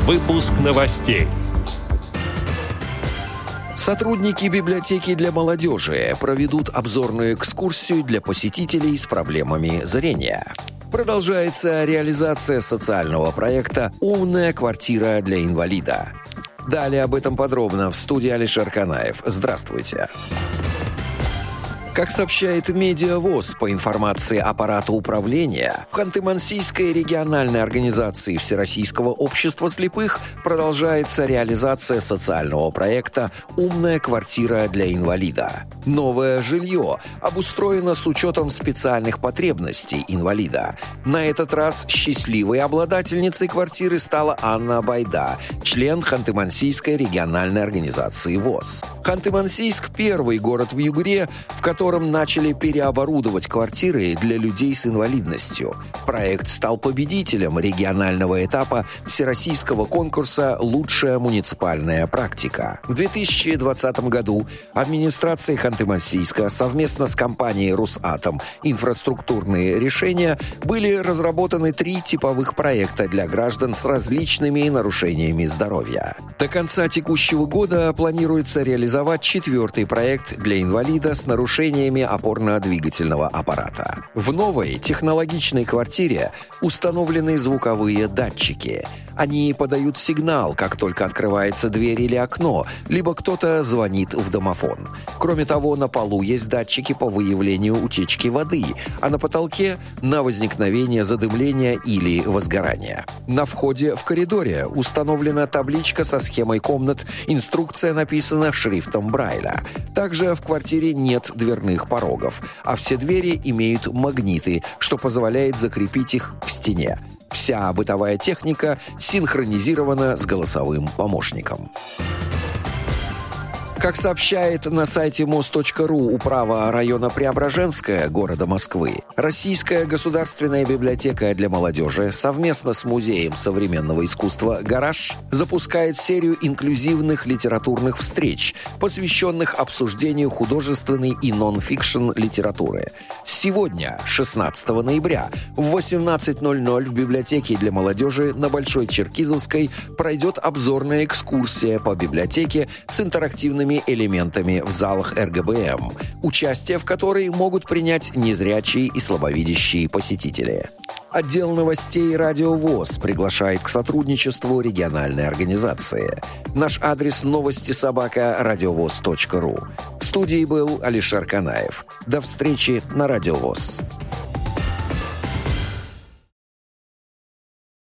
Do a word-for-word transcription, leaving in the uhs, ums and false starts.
Выпуск новостей. Сотрудники библиотеки для молодежи проведут обзорную экскурсию для посетителей с проблемами зрения. Продолжается реализация социального проекта «Умная квартира для инвалида». Далее об этом подробно в студии Алишер Канаев. Здравствуйте. Как сообщает Медиавоз, по информации аппарата управления, в Ханты-Мансийской региональной организации Всероссийского общества слепых продолжается реализация социального проекта «Умная квартира для инвалида». Новое жилье обустроено с учетом специальных потребностей инвалида. На этот раз счастливой обладательницей квартиры стала Анна Байда, член Ханты-Мансийской региональной организации ВОС. Ханты-Мансийск – первый город в Югре, в котором В котором начали переоборудовать квартиры для людей с инвалидностью. Проект стал победителем регионального этапа всероссийского конкурса «Лучшая муниципальная практика». В две тысячи двадцатом году администрация Ханты-Мансийска совместно с компанией «Русатом» инфраструктурные решения были разработаны три типовых проекта для граждан с различными нарушениями здоровья. До конца текущего года планируется реализовать четвертый проект для инвалида с нарушением опорно-двигательного аппарата. В новой технологичной квартире установлены звуковые датчики. Они подают сигнал, как только открывается дверь или окно, либо кто-то звонит в домофон. Кроме того, на полу есть датчики по выявлению утечки воды, а на потолке – на возникновение задымления или возгорания. На входе в коридоре установлена табличка со схемой комнат, инструкция написана шрифтом Брайля. Также в квартире нет дверных порогов, а все двери имеют магниты, что позволяет закрепить их к стене. Вся бытовая техника синхронизирована с голосовым помощником. Как сообщает на сайте мост точка ру управа района Преображенская города Москвы, Российская государственная библиотека для молодежи совместно с Музеем современного искусства «Гараж» запускает серию инклюзивных литературных встреч, посвященных обсуждению художественной и нон-фикшн литературы. Сегодня, шестнадцатого ноября, в восемнадцать ноль ноль в библиотеке для молодежи на Большой Черкизовской пройдет обзорная экскурсия по библиотеке с интерактивными элементами в залах эр гэ бэ эм, участие в которой могут принять незрячие и слабовидящие посетители. Отдел новостей «Радио ВОС» приглашает к сотрудничеству региональной организации. Наш адрес новости собака радиовоз точка ру. В студии был Алишер Канаев. До встречи на «Радио ВОС».